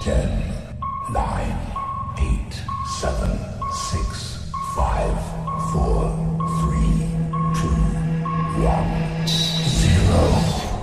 10, 9, 8, 7, 6, 5, 4, 3, 2, 1, 0.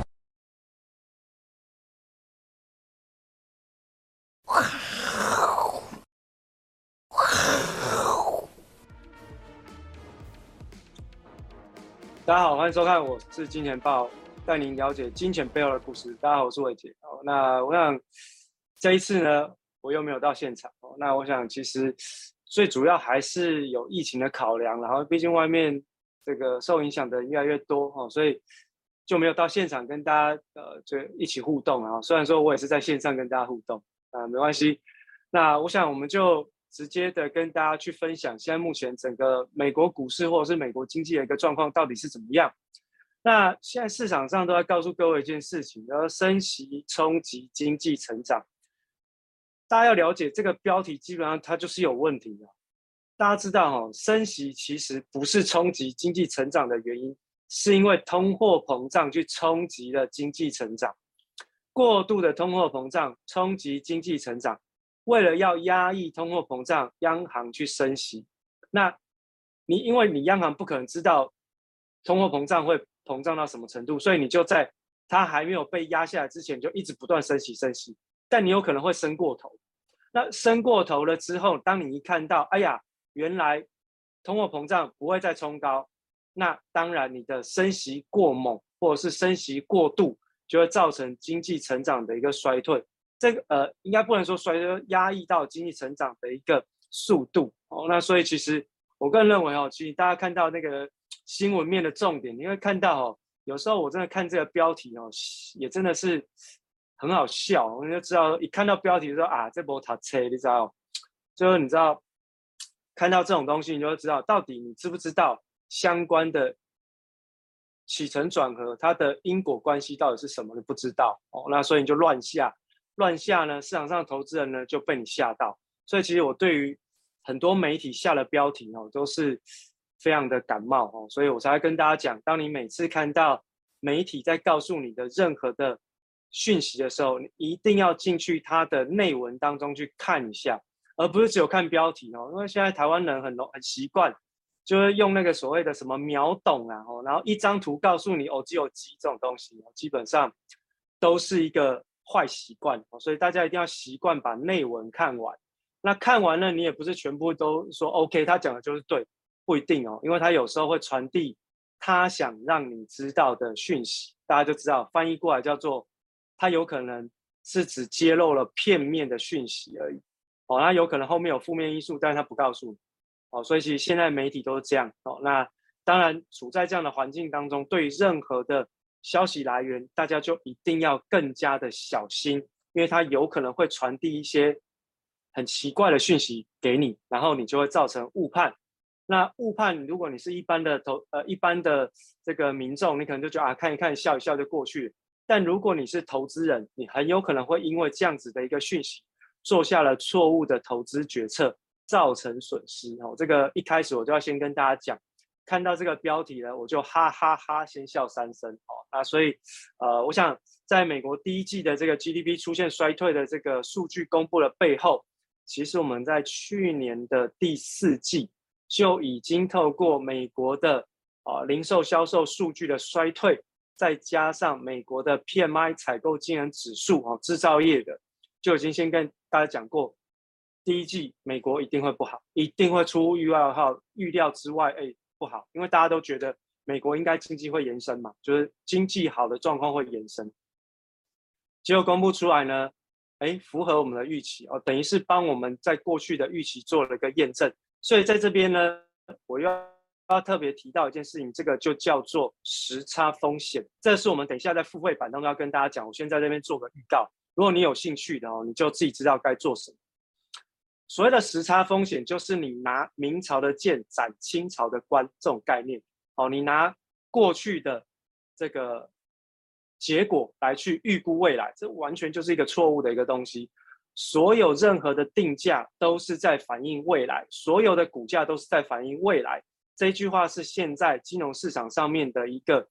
大家好，欢迎收看，我是金钱豹，带您了解金钱背后的故事。大家好，我是伟杰。那我想这一次呢，我又没有到现场。那我想其实最主要还是有疫情的考量，然后毕竟外面这个受影响的人越来越多，所以就没有到现场跟大家就一起互动啊。虽然说我也是在线上跟大家互动，没关系。那我想我们就直接的跟大家去分享现在目前整个美国股市或者是美国经济的一个状况到底是怎么样。那现在市场上都在告诉各位一件事情，而升息冲击经济成长。大家要了解这个标题，基本上它就是有问题的。大家知道升息其实不是冲击经济成长的原因，是因为通货膨胀去冲击了经济成长。过度的通货膨胀冲击经济成长，为了要压抑通货膨胀，央行去升息。那因为你央行不可能知道通货膨胀会膨胀到什么程度，所以你就在它还没有被压下来之前，就一直不断升息。但你有可能会升过头。那升过头了之后，当你一看到，哎呀，原来通货膨胀不会再冲高，那当然你的升息过猛或者是升息过度，就会造成经济成长的一个衰退。这个应该不能说衰退，压抑到经济成长的一个速度。那所以其实我个人认为其实大家看到那个新闻面的重点，你会看到有时候我真的看这个标题也真的是很好笑。我就知道一看到标题就说啊，这没读册，你知道，就是你知道看到这种东西，你就会知道到底你知不知道相关的起承转合，它的因果关系到底是什么，你不知道那所以你就乱下呢，市场上的投资人呢就被你吓到。所以其实我对于很多媒体下的标题都是非常的感冒所以我才会跟大家讲，当你每次看到媒体在告诉你的任何的讯息的时候，你一定要进去它的内文当中去看一下，而不是只有看标题因为现在台湾人很习惯，就是用那个所谓的什么秒懂然后一张图告诉你只有鸡这种东西基本上都是一个坏习惯所以大家一定要习惯把内文看完。那看完了，你也不是全部都说 OK， 他讲的就是对，不一定因为他有时候会传递他想让你知道的讯息，大家就知道翻译过来叫做他有可能是只揭露了片面的讯息而已那有可能后面有负面因素，但是他不告诉你所以其实现在媒体都是这样那当然处在这样的环境当中，对于任何的消息来源，大家就一定要更加的小心，因为它有可能会传递一些很奇怪的讯息给你，然后你就会造成误判。那误判，如果你是一般的这个民众，你可能就觉得看一看笑一笑就过去了。但如果你是投资人，你很有可能会因为这样子的一个讯息，做下了错误的投资决策，造成损失这个一开始我就要先跟大家讲，看到这个标题呢，我就哈哈哈先笑3声那所以我想在美国第一季的这个 GDP 出现衰退的这个数据公布的背后，其实我们在去年的第4季就已经透过美国的零售销售数据的衰退，再加上美国的 PMI 采购经理指数制造业的，就已经先跟大家讲过，第一季美国一定会不好，一定会出乎预料之外不好，因为大家都觉得美国应该经济会延伸嘛，就是经济好的状况会延伸。结果公布出来呢符合我们的预期等于是帮我们在过去的预期做了一个验证。所以在这边呢，我要特别提到一件事情，这个就叫做时差风险。这是我们等一下在付费版当中要跟大家讲，我先在这边做个预告，如果你有兴趣的你就自己知道该做什么。所谓的时差风险，就是你拿明朝的剑斩清朝的官这种概念你拿过去的这个结果来去预估未来，这完全就是一个错误的一个东西。所有任何的定价都是在反映未来，所有的股价都是在反映未来。这句话是现在金融市场上面的一个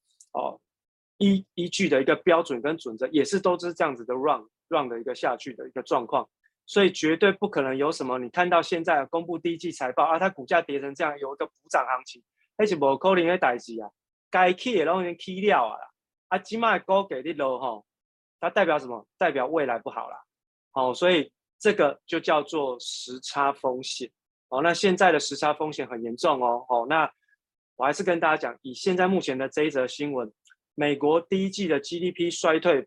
依据的一个标准跟准则，也是都是这样子的 run 的一个下去的一个状况。 所以绝对不可能有什么你看到现在公布第一季财报啊，它股价跌成这样，有一个补涨行情，那是不可能的代志啊，该起的都已经起了啊啦，啊，今麦股给你落吼，它代表什么？代表未来不好啦，好，所以这个就叫做时差风险。哦，那现在的时差风险很严重哦。哦，那我还是跟大家讲，以现在目前的这一则新闻，美国第一季的 GDP 衰退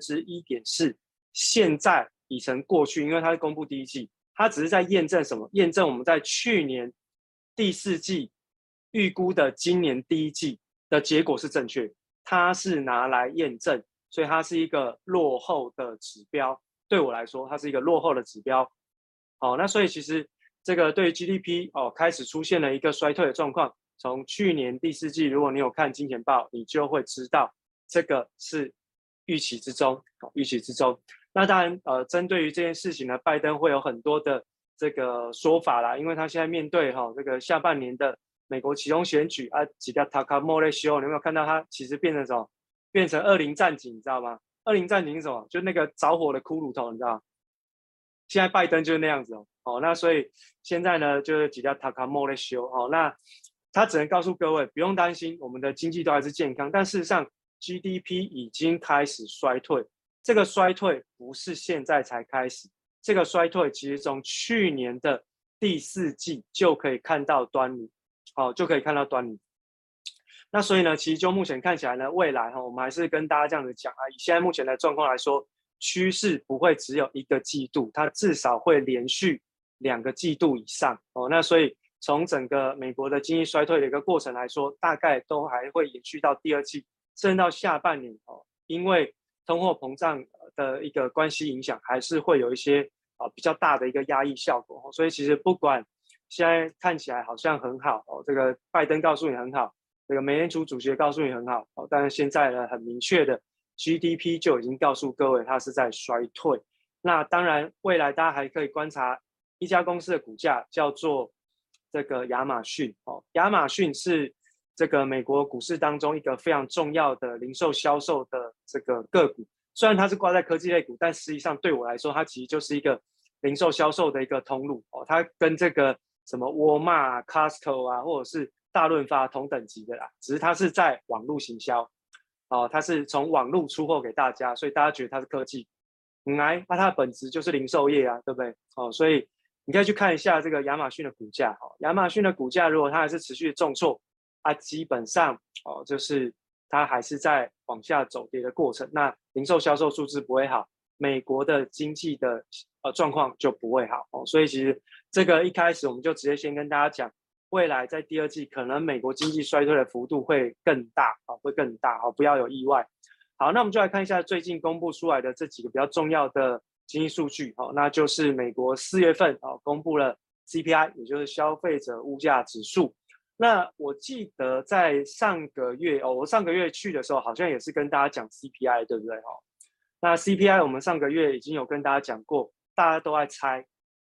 1.4%，现在已成过去，因为它是公布第一季，它只是在验证什么？验证我们在去年第四季预估的今年第一季的结果是正确，它是拿来验证，所以它是一个落后的指标。对我来说，它是一个落后的指标。好，那所以其实这个对 GDP 开始出现了一个衰退的状况。从去年第四季，如果你有看金钱报，你就会知道这个是预期之中，预期之中。那当然，针对于这件事情呢，拜登会有很多的这个说法啦，因为他现在面对这个下半年的美国期中选举啊，几条塔卡莫雷修，你有没有看到他其实变成什么？变成20战警，你知道吗？20战警是什么？就那个着火的骷髅头，你知道吗？现在拜登就是那样子哦。那所以现在呢，就是几条塔卡莫雷修那他只能告诉各位，不用担心，我们的经济都还是健康。但事实上 ，GDP 已经开始衰退。这个衰退不是现在才开始，这个衰退其实从去年的第四季就可以看到端倪，就可以看到端倪。那所以呢，其实就目前看起来呢，未来我们还是跟大家这样子讲啊，以现在目前的状况来说，趋势不会只有一个季度，它至少会连续2个季度以上那所以从整个美国的经济衰退的一个过程来说，大概都还会延续到第2季，甚至到下半年因为通货膨胀的一个关系影响，还是会有一些比较大的一个压抑效果所以其实不管现在看起来好像很好这个拜登告诉你很好，这个美联储主席告诉你很好但是现在呢，很明确的 GDP 就已经告诉各位它是在衰退。那当然，未来大家还可以观察一家公司的股价，叫做这个亚马逊亚马逊是这个美国股市当中一个非常重要的零售销售的这个个股。虽然它是挂在科技类股，但实际上对我来说，它其实就是一个零售销售的一个通路它跟这个什么沃尔玛、Costco 啊，或者是大润发同等级的啦，只是它是在网络行销它是从网络出货给大家，所以大家觉得它是科技。那它的本质就是零售业啊，对不对所以你可以去看一下这个亚马逊的股价亚马逊的股价如果它还是持续重挫基本上就是它还是在往下走跌的过程，那零售销售数字不会好，美国的经济的状况就不会好所以其实这个一开始我们就直接先跟大家讲，未来在第2季可能美国经济衰退的幅度会更大会更大不要有意外。好，那我们就来看一下最近公布出来的这几个比较重要的经济数据那就是美国4月份公布了 CPI， 也就是消费者物价指数。那我记得在上个月我上个月去的时候好像也是跟大家讲 CPI， 对不对那 CPI 我们上个月已经有跟大家讲过，大家都在猜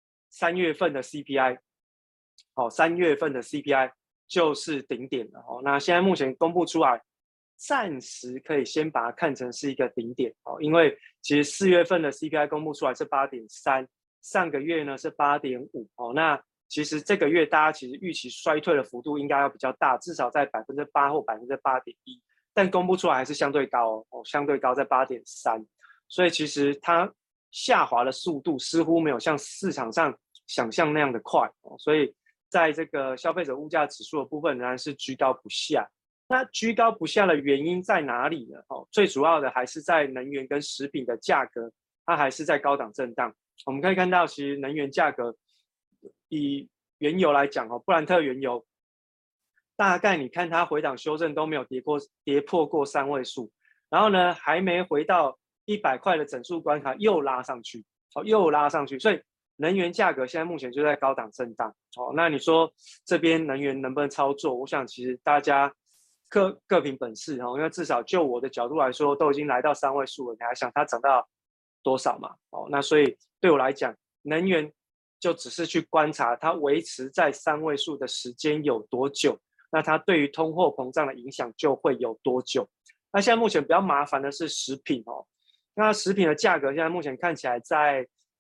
3月份的 CPI 3月份的 CPI 就是顶点了那现在目前公布出来，暂时可以先把它看成是一个顶点因为其实4月份的 CPI 公布出来是 8.3， 上个月呢是 8.5那其实这个月大家其实预期衰退的幅度应该要比较大，至少在 8% 或 8.1%， 但公布出来还是相对高相对高在 8.3， 所以其实它下滑的速度似乎没有像市场上想象那样的快所以在这个消费者物价指数的部分仍然是居高不下。那居高不下的原因在哪里呢最主要的还是在能源跟食品的价格，它还是在高档震荡。我们可以看到其实能源价格以原油来讲布兰特原油大概你看它回档修正都没有跌破过3位数，然后呢还没回到100块的整数关卡又拉上去所以能源价格现在目前就在高档震荡那你说这边能源能不能操作，我想其实大家各凭本事因为至少就我的角度来说都已经来到3位数了，你还想它涨到多少嘛那所以对我来讲，能源就只是去观察它维持在3位数的时间有多久，那它对于通货膨胀的影响就会有多久。那现在目前比较麻烦的是食品那食品的价格现在目前看起来在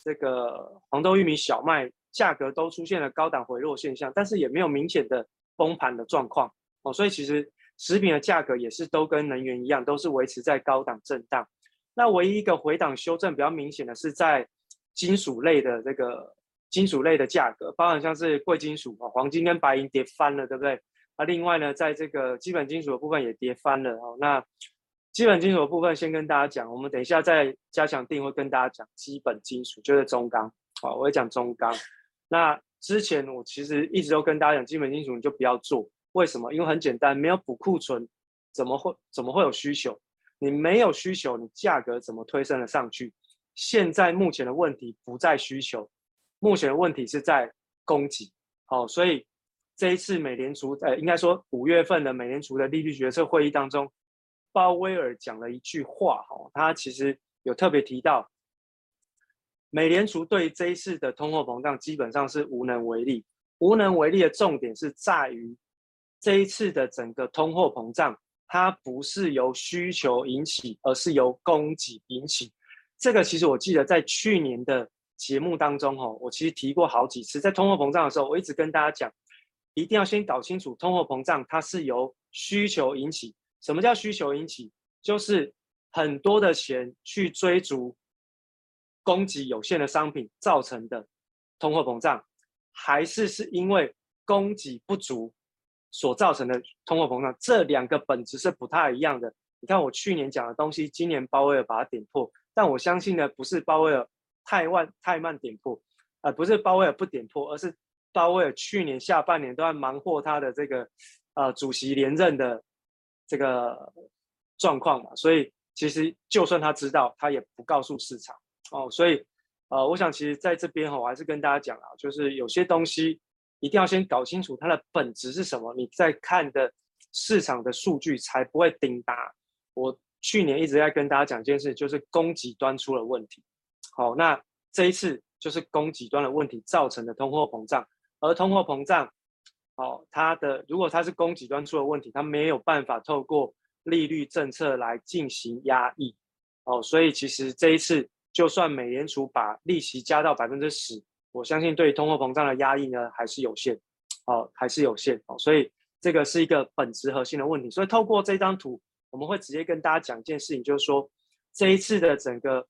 这个黄豆、玉米、小麦价格都出现了高档回落现象，但是也没有明显的崩盘的状况哦，所以其实食品的价格也是都跟能源一样，都是维持在高档震荡。那唯一一个回档修正比较明显的是在金属类的金属类的价格，包含像是贵金属黄金跟白银跌翻了，对不对？另外呢，在这个基本金属的部分也跌翻了哦。那基本金属的部分先跟大家讲，我们等一下在加强定会跟大家讲基本金属，就是中钢我会讲中钢。那之前我其实一直都跟大家讲，基本金属你就不要做，为什么？因为很简单，没有补库存，怎么会有需求？你没有需求，你价格怎么推升了上去？现在目前的问题不在需求，目前的问题是在供给。所以这一次美联储应该说5月份的美联储的利率决策会议当中，鲍威尔讲了一句话他其实有特别提到，美联储对这一次的通货膨胀基本上是无能为力。无能为力的重点是在于这一次的整个通货膨胀，它不是由需求引起，而是由供给引起。这个其实我记得在去年的节目当中我其实提过好几次，在通货膨胀的时候，我一直跟大家讲，一定要先搞清楚通货膨胀它是由需求引起。什么叫需求引起？就是很多的钱去追逐供给有限的商品造成的通货膨胀，还是因为供给不足所造成的通货膨胀？这两个本质是不太一样的。你看我去年讲的东西，今年鲍威尔把它点破，但我相信呢，不是鲍威尔太慢点破，不是鲍威尔不点破，而是鲍威尔去年下半年都在忙活他的这个主席连任的这个状况嘛，所以其实就算他知道，他也不告诉市场所以我想其实在这边我还是跟大家讲就是有些东西一定要先搞清楚它的本质是什么，你在看的市场的数据才不会顶打。我去年一直在跟大家讲一件事，就是供给端出了问题。那这一次就是供给端的问题造成的通货膨胀，而通货膨胀如果它是供给端出了问题，它没有办法透过利率政策来进行压抑所以其实这一次就算美联储把利息加到10%，我相信对通货膨胀的压抑呢还是有限还是有限所以这个是一个本质核心的问题。所以透过这张图，我们会直接跟大家讲一件事情，就是说这一次的整个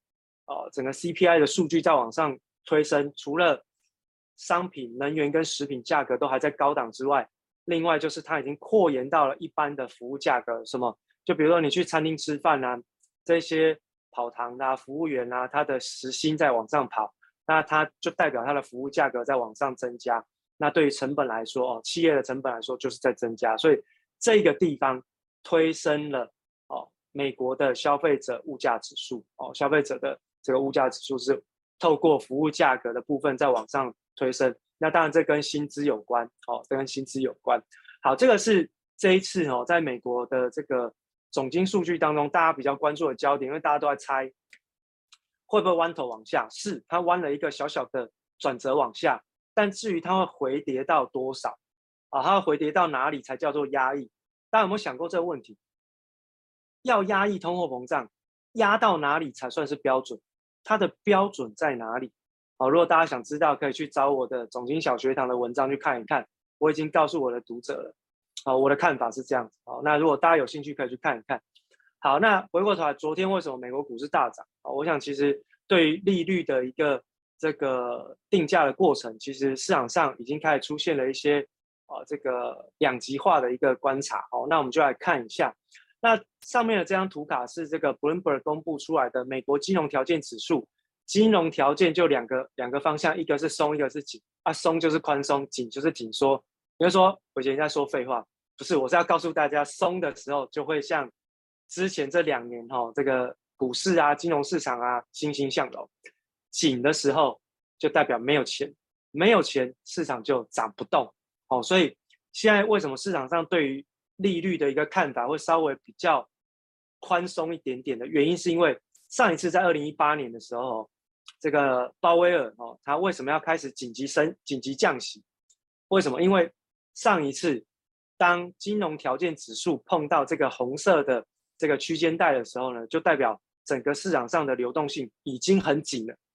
CPI 的数据在往上推升，除了商品、能源跟食品价格都还在高档之外，另外就是它已经扩延到了一般的服务价格。什么？就比如说你去餐厅吃饭这些跑堂服务员他的时薪在往上跑，那它就代表它的服务价格在往上增加。那对于成本来说企业的成本来说就是在增加，所以这个地方推升了美国的消费者物价指数消费者的这个物价指数是透过服务价格的部分在往上推升。那当然这跟薪资有关这跟薪资有关。好，这个是这一次在美国的这个总经数据当中大家比较关注的焦点，因为大家都在猜会不会弯头往下，是它弯了一个小小的转折往下，但至于它会回跌到多少它会回跌到哪里才叫做压抑？大家有没有想过这个问题？要压抑通货膨胀，压到哪里才算是标准？它的标准在哪里如果大家想知道，可以去找我的总经小学堂的文章去看一看，我已经告诉我的读者了我的看法是这样子那如果大家有兴趣可以去看一看。好，那回过头来，昨天为什么美国股市大涨我想其实对于利率的一个这个定价的过程，其实市场上已经开始出现了一些这个两极化的一个观察那我们就来看一下。那上面的这张图卡是这个 Bloomberg 公布出来的美国金融条件指数。金融条件就两个方向，一个是松，一个是紧松就是宽松，紧就是紧缩。你会说我以前在说废话，不是，我是要告诉大家，松的时候就会像之前这2年这个股市金融市场欣欣向荣，紧的时候就代表没有钱，没有钱市场就涨不动所以现在为什么市场上对于利率的一个看法会稍微比较宽松一点点的原因，是因为上一次在2018年的时候这个鲍威尔他为什么要开始紧急降息？为什么？因为上一次当金融条件指数碰到这个红色的这个区间带的时候呢，就代表整个市场上的流动性已经很紧了，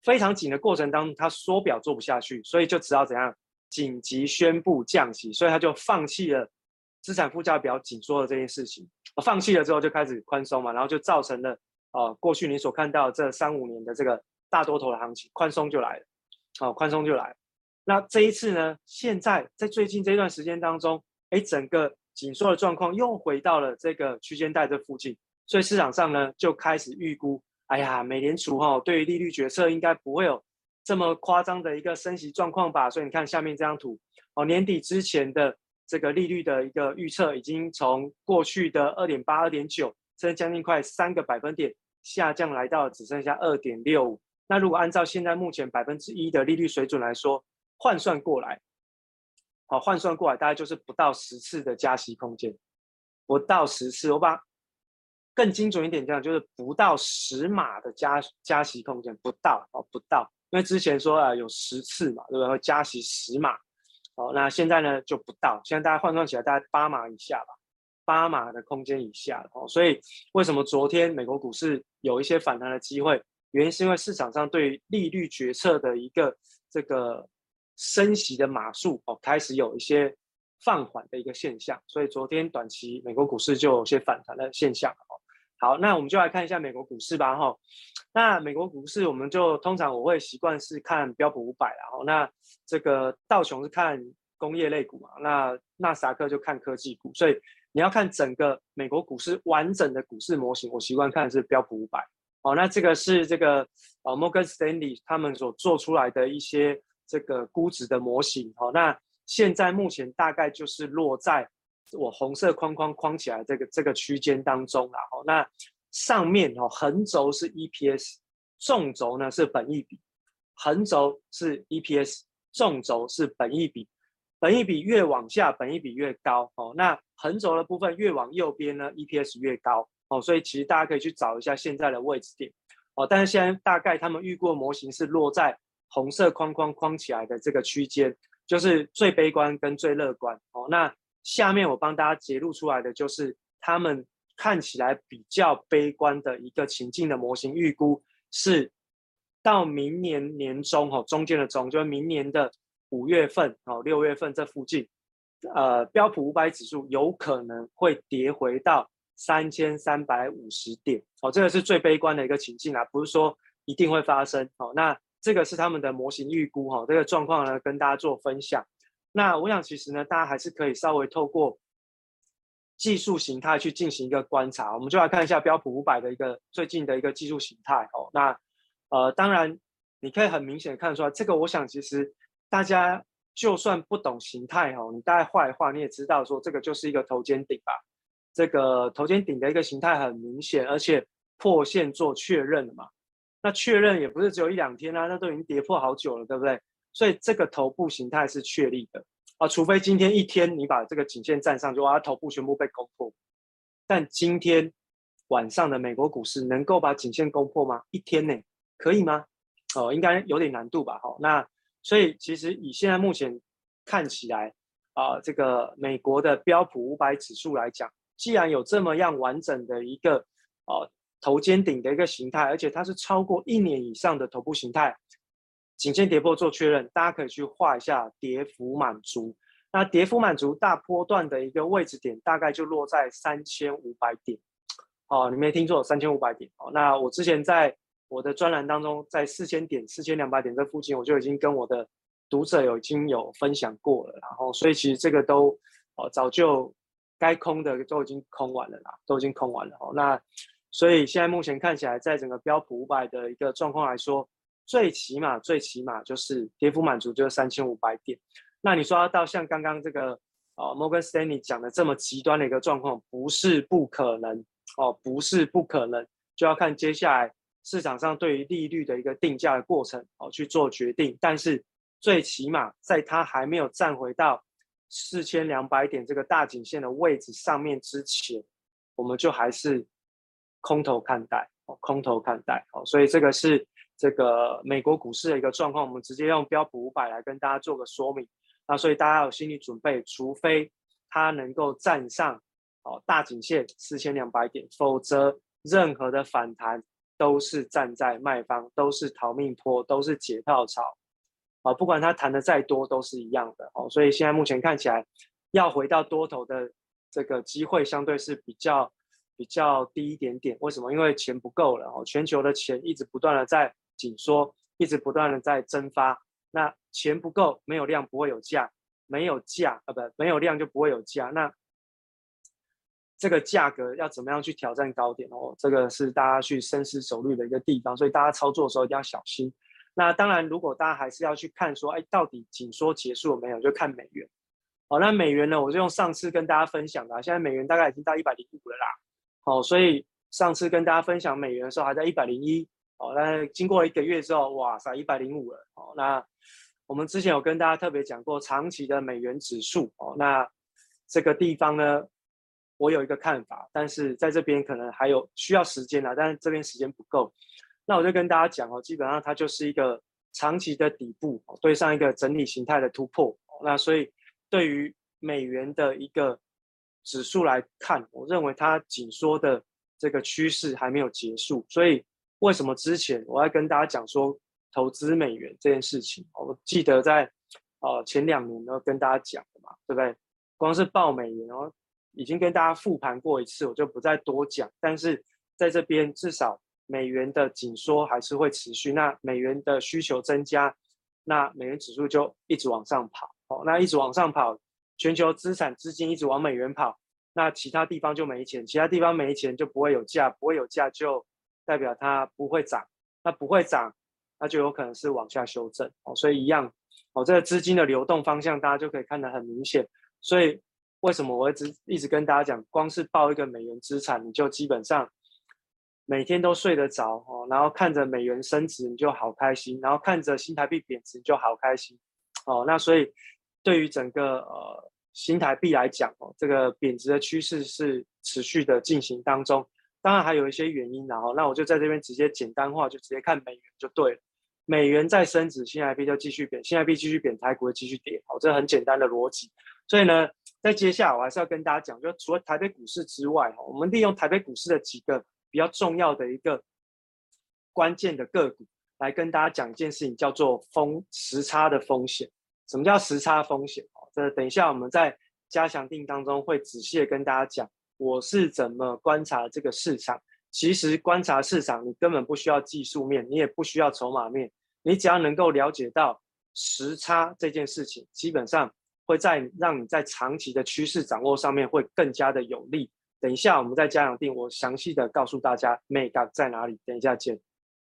非常紧的过程当中，他缩表做不下去，所以就只好怎样紧急宣布降息，所以他就放弃了资产负债表紧缩的这件事情。放弃了之后就开始宽松嘛，然后就造成了过去你所看到这3-5年的这个大多头的行情，宽松就来了，宽松就来了。那这一次呢，现在在最近这段时间当中，整个紧缩的状况又回到了这个区间带这附近，所以市场上呢就开始预估，哎呀，美联储对于利率决策应该不会有这么夸张的一个升息状况吧？所以你看下面这张图，年底之前的这个利率的一个预测，已经从过去的2.8、2.9，甚至将近快3个百分点下降来到只剩下2.65。那如果按照现在目前1%的利率水准来说，换算过来，大概就是不到10次的加息空间，不到10次。我把更精准一点讲，就是不到10码的加息空间，不到，因为之前说有10次嘛，对不对？会加息10码，那现在呢就不到，现在大家换算起来大概8码以下吧，8码的空间以下所以为什么昨天美国股市有一些反弹的机会？原因是因为市场上对于利率决策的一个这个升息的码数开始有一些放缓的一个现象，所以昨天短期美国股市就有些反弹的现象。好，那我们就来看一下美国股市吧。那美国股市我们就通常我会习惯是看标普500啦。那这个道琼是看工业类股嘛，那纳斯达克就看科技股，所以你要看整个美国股市完整的股市模型，我习惯看的是标普500。那这个是这个Morgan Stanley 他们所做出来的一些这个估值的模型。那现在目前大概就是落在我红色框框起来这个区间当中啦。那上面横轴是 EPS， 纵轴呢是本益比，横轴是 EPS， 纵轴是本益比。本益比越往下，本益比越高。那横轴的部分越往右边呢 ，EPS 越高。所以其实大家可以去找一下现在的位置点。但是现在大概他们预估的模型是落在红色框起来的这个区间，就是最悲观跟最乐观。那下面我帮大家截录出来的就是他们看起来比较悲观的一个情境的模型预估，是到明年年中中间的中，就是明年的5月份6月份这附近，标普500指数有可能会跌回到3350点。这个是最悲观的一个情境啦，不是说一定会发生。那这个是他们的模型预估，这个状况呢跟大家做分享。那我想其实呢，大家还是可以稍微透过技术形态去进行一个观察。我们就来看一下标普500的一个最近的一个技术形态。那当然你可以很明显的看出来，这个我想其实大家就算不懂形态你大概画一画，你也知道说这个就是一个头肩顶吧。这个头肩顶的一个形态很明显，而且破线做确认了嘛。那确认也不是只有1-2天那都已经跌破好久了，对不对？所以这个头部形态是确立的除非今天一天你把这个颈线站上去，头部全部被攻破。但今天晚上的美国股市能够把颈线攻破吗？一天内可以吗？应该有点难度吧。那所以其实以现在目前看起来这个美国的标普500指数来讲，既然有这么样完整的一个头肩顶的一个形态，而且它是超过1年以上的头部形态，颈线跌破做确认，大家可以去画一下跌幅满足。那跌幅满足大波段的一个位置点，大概就落在3500点。你没听错，3500点。那我之前在我的专栏当中，在4000点、4200点这附近，我就已经跟我的读者已经有分享过了。然后，所以其实这个都早就该空的都已经空完了啦，都已经空完了。那所以现在目前看起来，在整个标普500的一个状况来说，最起码就是跌幅满足就是3500点。那你说要到像刚刚这个Morgan Stanley 讲的这么极端的一个状况，不是不可能不是不可能，就要看接下来市场上对于利率的一个定价的过程去做决定。但是最起码在它还没有站回到4200点这个大颈线的位置上面之前，我们就还是空头看待。所以这个是这个美国股市的一个状况，我们直接用标普500来跟大家做个说明。那所以大家有心理准备，除非它能够站上大颈线4200点，否则任何的反弹都是站在卖方，都是逃命坡，都是解套潮，不管它弹的再多都是一样的哦。所以现在目前看起来，要回到多头的这个机会相对是比较低一点点。为什么？因为钱不够了哦，全球的钱一直不断的在紧缩，一直不断的在蒸发。那钱不够，没有量不会有价，没有量就不会有价。那这个价格要怎么样去挑战高点哦？这个是大家去深思熟虑的一个地方，所以大家操作的时候一定要小心。那当然，如果大家还是要去看说，哎，到底紧缩结束了没有？就看美元。好，那美元呢，我就用上次跟大家分享的，现在美元大概已经到105了啦。好，所以上次跟大家分享美元的时候还在101。好，那经过1个月之后，哇塞，105了。好，那我们之前有跟大家特别讲过长期的美元指数。哦，那这个地方呢，我有一个看法，但是在这边可能还有需要时间啦，但是这边时间不够。那我就跟大家讲哦，基本上它就是一个长期的底部，对上一个整理形态的突破。那所以对于美元的一个指数来看，我认为它紧缩的这个趋势还没有结束。所以为什么之前我要跟大家讲说投资美元这件事情？我记得在前2年都跟大家讲的嘛，对不对？光是报美元已经跟大家复盘过一次，我就不再多讲。但是在这边至少美元的紧缩还是会持续，那美元的需求增加，那美元指数就一直往上跑。那一直往上跑，全球资产资金一直往美元跑，那其他地方就没钱，其他地方没钱就不会有价，不会有价就代表它不会涨，那不会涨，那就有可能是往下修正。所以一样，这个资金的流动方向大家就可以看得很明显。所以为什么我一直跟大家讲，光是报一个美元资产，你就基本上每天都睡得着，然后看着美元升值你就好开心，然后看着新台币贬值你就好开心。那所以对于整个新台币来讲，这个贬值的趋势是持续的进行当中。当然还有一些原因，那我就在这边直接简单化，就直接看美元就对了。美元再升值，新台币就继续贬，新台币继续贬，台股继续跌。这很简单的逻辑。所以呢，在接下来我还是要跟大家讲，就除了台北股市之外，我们利用台北股市的几个比较重要的一个关键的个股来跟大家讲一件事情，叫做时差的风险。什么叫时差风险？这等一下我们在加强定当中会仔细的跟大家讲，我是怎么观察这个市场。其实观察市场，你根本不需要技术面，你也不需要筹码面，你只要能够了解到时差这件事情，基本上会让你在长期的趋势掌握上面会更加的有利。等一下我们在加强定，我详细的告诉大家美感在哪里。等一下见。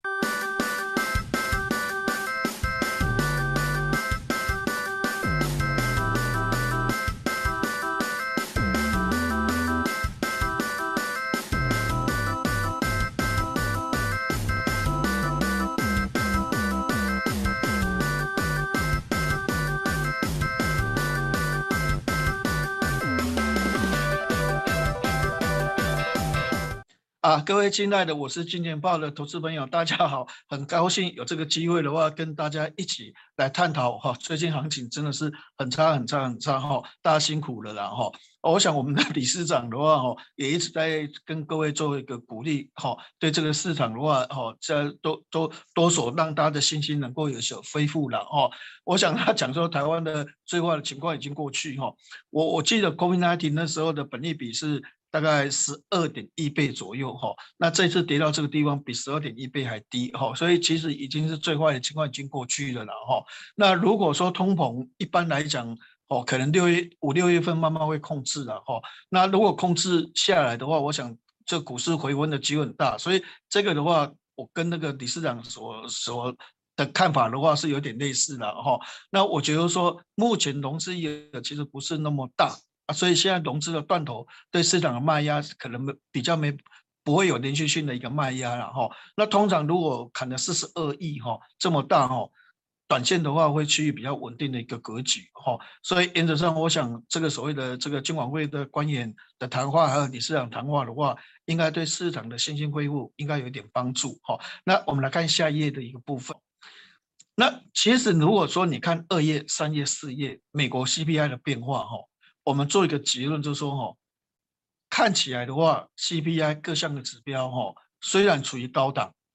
各位亲爱的，我是金钱豹的投资朋友，大家好，很高兴有这个机会的话，跟大家一起来探讨最近行情真的是很差，大家辛苦了啦我想我们的理事长的话也一直在跟各位做一个鼓励对这个市场的话这多所让大家的信心能够有所恢复了我想他讲说台湾的最坏的情况已经过去我记得 COVID-19 那时候的本益比是大概12.1倍左右那这次跌到这个地方比12.1倍还低所以其实已经是最坏的情况已经过去了啦那如果说通膨一般来讲可能5、6月份慢慢会控制了那如果控制下来的话，我想这股市回温的机会很大，所以这个的话，我跟那个理事长所的看法的话是有点类似的那我觉得说，目前融资也其实不是那么大所以现在融资的断头对市场的卖压可能比较不会有连续性的一个卖压了那通常如果砍了42亿这么大短线的话会趋于比较稳定的一个格局所以原则上我想这个所谓的这个金管会的官员的谈话还有理事长谈话的话，应该对市场的信心恢复应该有一点帮助那我们来看下一页的一个部分。那其实如果说你看2月、3月、4月美国 CPI 的变化我们做一个结论就是说看起来的话 CPI 各项的指标虽然处于高档，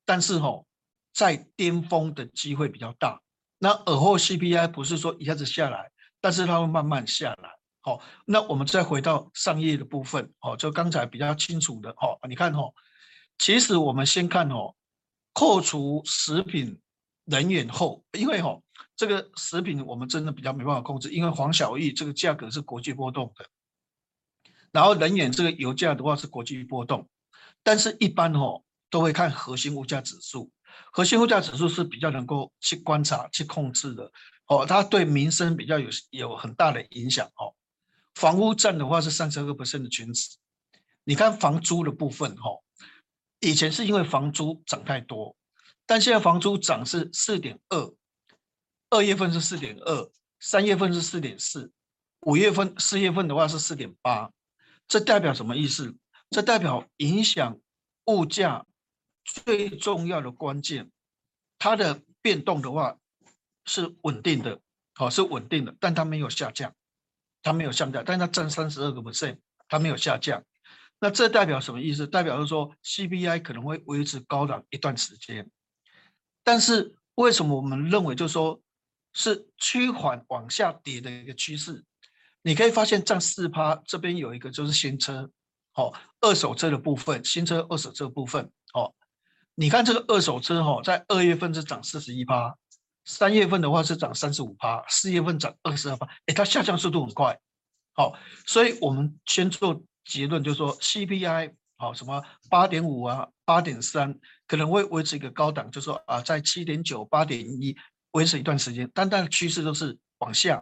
但是在巅峰的机会比较大。那尔后 CPI 不是说一下子下来，但是它会慢慢下来。那我们再回到上页的部分，就刚才比较清楚的，你看，其实我们先看，扣除食品、能源后，因为这个食品我们真的比较没办法控制，因为黄小玉这个价格是国际波动的，然后能源这个油价的话是国际波动，但是一般都会看核心物价指数，核心物价指数是比较能够去观察、去控制的，它对民生比较有很大的影响。房屋占的话是32% 的群值，你看房租的部分，以前是因为房租涨太多，但现在房租涨是4.2%， 2月份是4.2%， 3月份是4.4%， 5月份、4月份的话是4.8%，这代表什么意思？这代表影响物价最重要的关键，它的变动的话是稳定的，是稳定的，但它没有下降。它没有下降，但它占32%，它没有下降。那这代表什么意思？代表就是说 CPI 可能会维持高档一段时间。但是为什么我们认为就是说是趋缓往下跌的一个趋势？你可以发现占4%，这边有一个就是新车，二手车的部分，新车二手车的部分，你看这个二手车在2月份是涨41%。3月份的话是涨35%， 4月份涨22%，它下降速度很快。所以我们先做结论，就是说 CPI 什么8.5啊、8.3，可能会维持一个高档，就是说在7.9、8.1维持一段时间，但它的趋势都是往下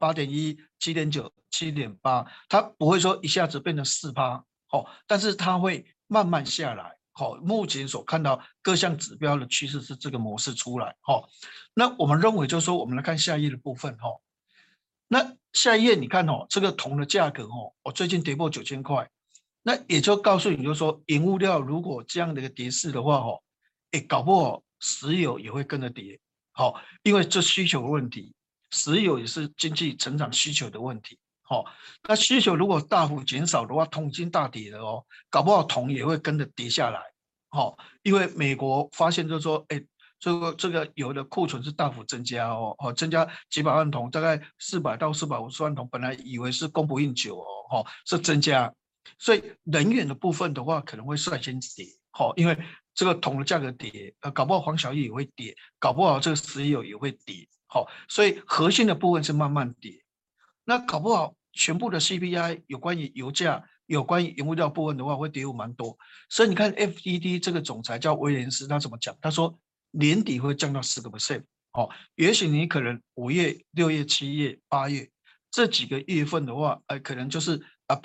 ，8.1、7.9、7.8，它不会说一下子变成4%，但是它会慢慢下来。目前所看到各项指标的趋势是这个模式出来。那我们认为就是说，我们来看下一页的部分。那下一页你看这个铜的价格最近跌破9000块，那也就告诉你就是说，原物料如果这样的一个跌势的话搞不好石油也会跟着跌。因为这需求的问题，石油也是经济成长需求的问题。那需求如果大幅减少的话，铜已经大跌了搞不好铜也会跟着跌下来。因为美国发现就是说，这个油的库存是大幅增加增加几百万桶，大概400到450万桶，本来以为是供不应求是增加，所以能源的部分的话可能会率先跌。因为这个铜的价格跌，搞不好黄小玉也会跌，搞不好这个石油也会跌。所以核心的部分是慢慢跌。那搞不好全部的 CPI 有关于油价、有关于原物料部分的话，会跌入蛮多。所以你看 FED 这个总裁叫威廉斯，他怎么讲？他说年底会降到10%。也许你可能5月、6月、7月、8月这几个月份的话，可能就是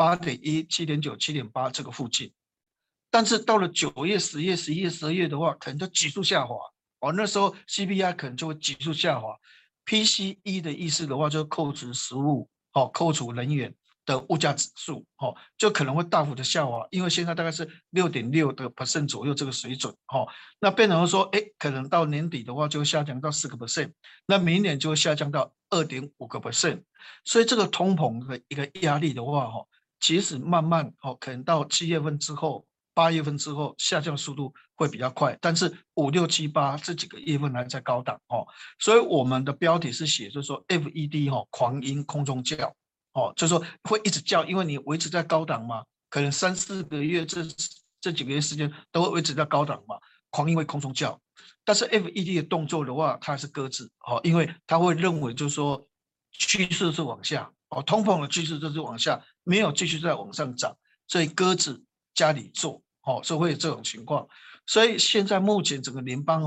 8.1、7.9、7.8这个附近。但是到了9月、10月、11月、12月的话，可能就急速下滑。那时候 CPI 可能就会急速下滑。PCE 的意思的话，就是扣除食物、扣除能源的物价指数，就可能会大幅的下滑，因为现在大概是6.6% 左右这个水准，那变成说，可能到年底的话就会下降到4%，那明年就会下降到2.5%，所以这个通膨的一个压力的话，其实慢慢可能到7月份之后。8月份之后下降速度会比较快，但是5、6、7、8这几个月份还在高档所以我们的标题是写就是说 FED 狂鹰空中叫就是说会一直叫，因为你维持在高档嘛，可能3、4个月这几个月时间都会维持在高档嘛，狂鹰会空中叫。但是 FED 的动作的话，它还是搁置因为它会认为就是说趋势是往下通膨的趋势就是往下，没有继续再往上涨，所以搁置。家里做所以会有这种情况。所以现在目前整个联邦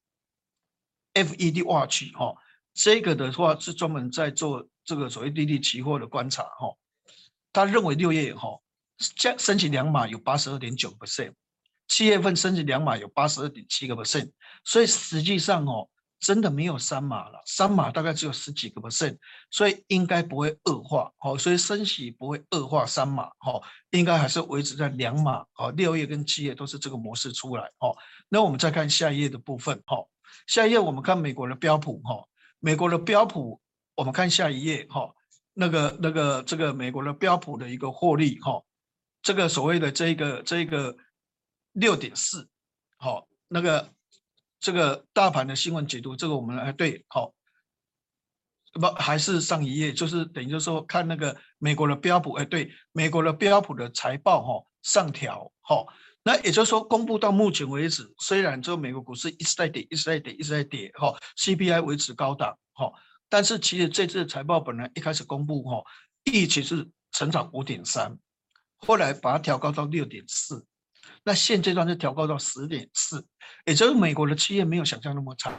FED Watch 这个的话是专门在做这个所谓利率期货的观察他认为6月升息2码有 82.9%， 7月份升息2码有 82.7%， 所以实际上真的没有3码了，3码大概只有10几个%，所以应该不会恶化所以升息不会恶化3码应该还是维持在2码6月跟7月都是这个模式出来那我们再看下一页的部分下一页我们看美国的标普美国的标普，我们看下一页这个美国的标普的一个获利这个所谓的这个 6.4 那个这个大盘的新闻解读，这个我们来对好。不，还是上一页，就是等于就是说看那个美国的标普，对，美国的标普的财报上调，那也就是说公布到目前为止，虽然这个美国股市一直在跌，一直在跌，一直在跌，CPI 维持高档，但是其实这次的财报本来一开始公布，预期是成长 5.3%， 后来把它调高到 6.4%， 那现阶段是调高到 10.4%， 也就是美国的企业没有想象那么差。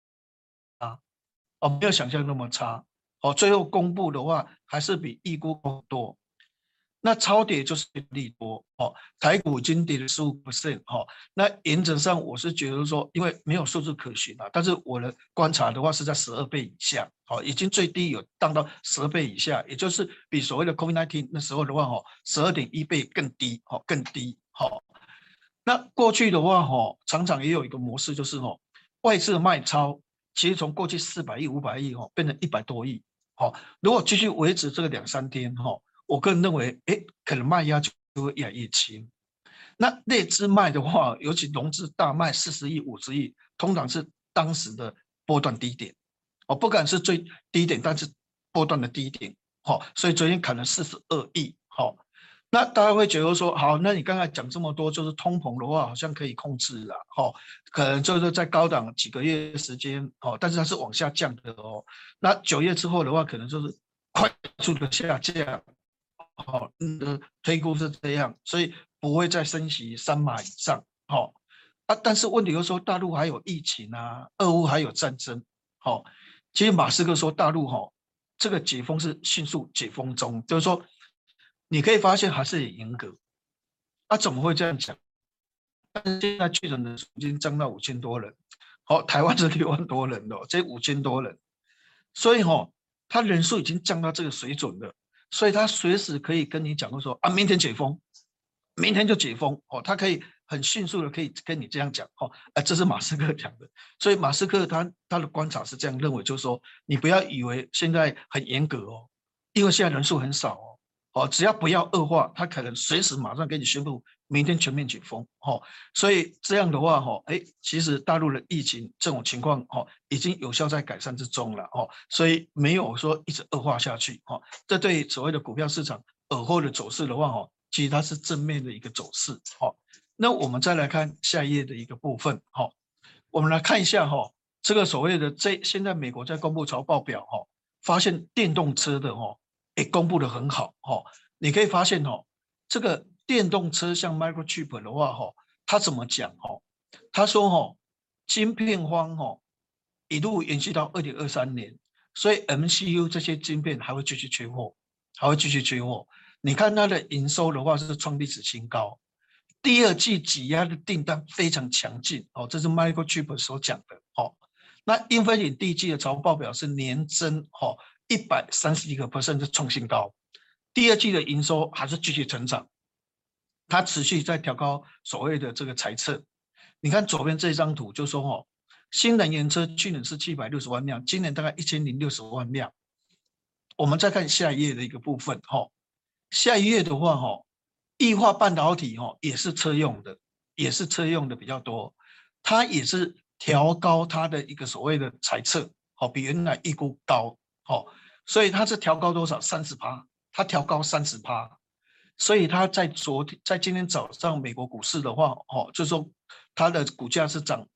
没有想象那么差，最后公布的话还是比预估多。那超跌就是利多，台股已经跌了15%，那原则上我是觉得说，因为没有数字可循啊，但是我的观察的话是在12倍以下，已经最低有降到10倍以下，也就是比所谓的 COVID-19 那时候的话，12.1倍更低，更低，那过去的话常常也有一个模式，就是外资卖超。其实从过去400亿、500亿变成100多亿，如果继续维持这个2-3天，我个人认为，可能卖压就会越来越轻。那内资卖的话，尤其融资大卖40亿、50亿，通常是当时的波段低点，不敢是最低点，但是波段的低点，所以昨天砍了42亿，那大家会觉得说，好，那你刚才讲这么多，就是通膨的话，好像可以控制了，可能就是在高档几个月时间，但是它是往下降的哦。那9月之后的话，可能就是快速的下降，推估是这样，所以不会再升息3码以上，但是问题就是说，大陆还有疫情啊，俄乌还有战争，其实马斯克说大陆这个解封是迅速解封中，就是说。你可以发现还是很严格，怎么会这样讲？但是现在确诊的已经降到5000多人，台湾是6万多人了，这5000多人，所以他人数已经降到这个水准了，所以他随时可以跟你讲说明天解封，明天就解封，他可以很迅速的可以跟你这样讲，这是马斯克讲的，所以马斯克他的观察是这样认为，就是说你不要以为现在很严格因为现在人数很少只要不要恶化，他可能随时马上给你宣布明天全面解封，所以这样的话其实大陆的疫情这种情况已经有效在改善之中了所以没有说一直恶化下去这对所谓的股票市场尔后的走势的话其实它是正面的一个走势那我们再来看下一页的一个部分我们来看一下这个所谓的现在美国在公布财报表发现电动车的公布的很好你可以发现这个电动车像 Microchip 的话他怎么讲他说晶片荒一路延续到2023年，所以 MCU 这些晶片还会继续缺货，你看它的营收的话是创历史新高，第二季挤压的订单非常强劲这是 Microchip 所讲的那英飞凌第一季的财报表是年增131% 的创新高，第二季的营收还是继续成长，它持续在调高所谓的这个财测。你看左边这张图就说新能源车去年是760万辆，今年大概1060万辆。我们再看下一页的一个部分下一页的话液化半导体也是车用的比较多，它也是调高它的一个所谓的财测比原来预估高所以它是调高多少 30%， 它调高 30%， 所以它在今天早上美国股市的话就是说它的股价是涨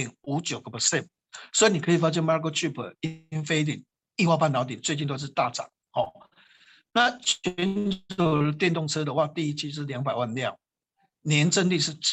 5.59%， 所以你可以发现 Microchip、英飞凌、液化半导体最近都是大涨那全球电动车的话，第一季是200万辆，年增率是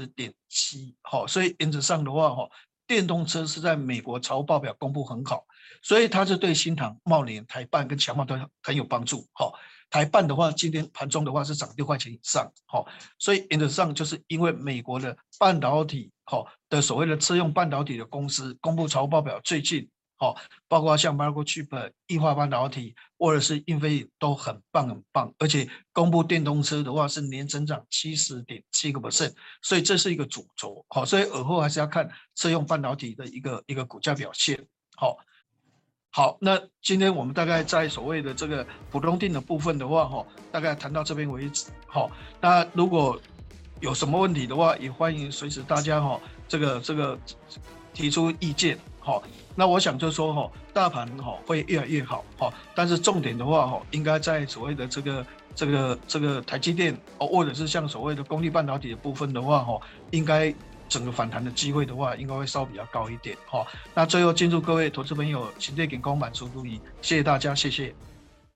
70.7%， 所以原则上的话电动车是在美国财报表公布很好，所以它是对新唐、茂联、台半跟强茂都很有帮助台半的话今天盘中的话是涨6块钱以上所以原则上就是因为美国的半导体的所谓的车用半导体的公司公布财报表，最近包括像 Microchip、液化半导体或者是英飞凌都很棒，而且公布电动车的话是年增长 70.7%， 所以这是一个主轴所以尔后还是要看车用半导体的一个股价表现好，那今天我们大概在所谓的这个普通定的部分的话大概谈到这边为止那如果有什么问题的话，也欢迎随时大家这个提出意见，那我想就说大盘会越来越好，但是重点的话应该在所谓的这个台积电或者是像所谓的功率半导体的部分的话应该整个反弹的机会的话，应该会稍比较高一点那最后，敬祝各位投资朋友，勤兑健康，满足如意，谢谢大家，谢谢。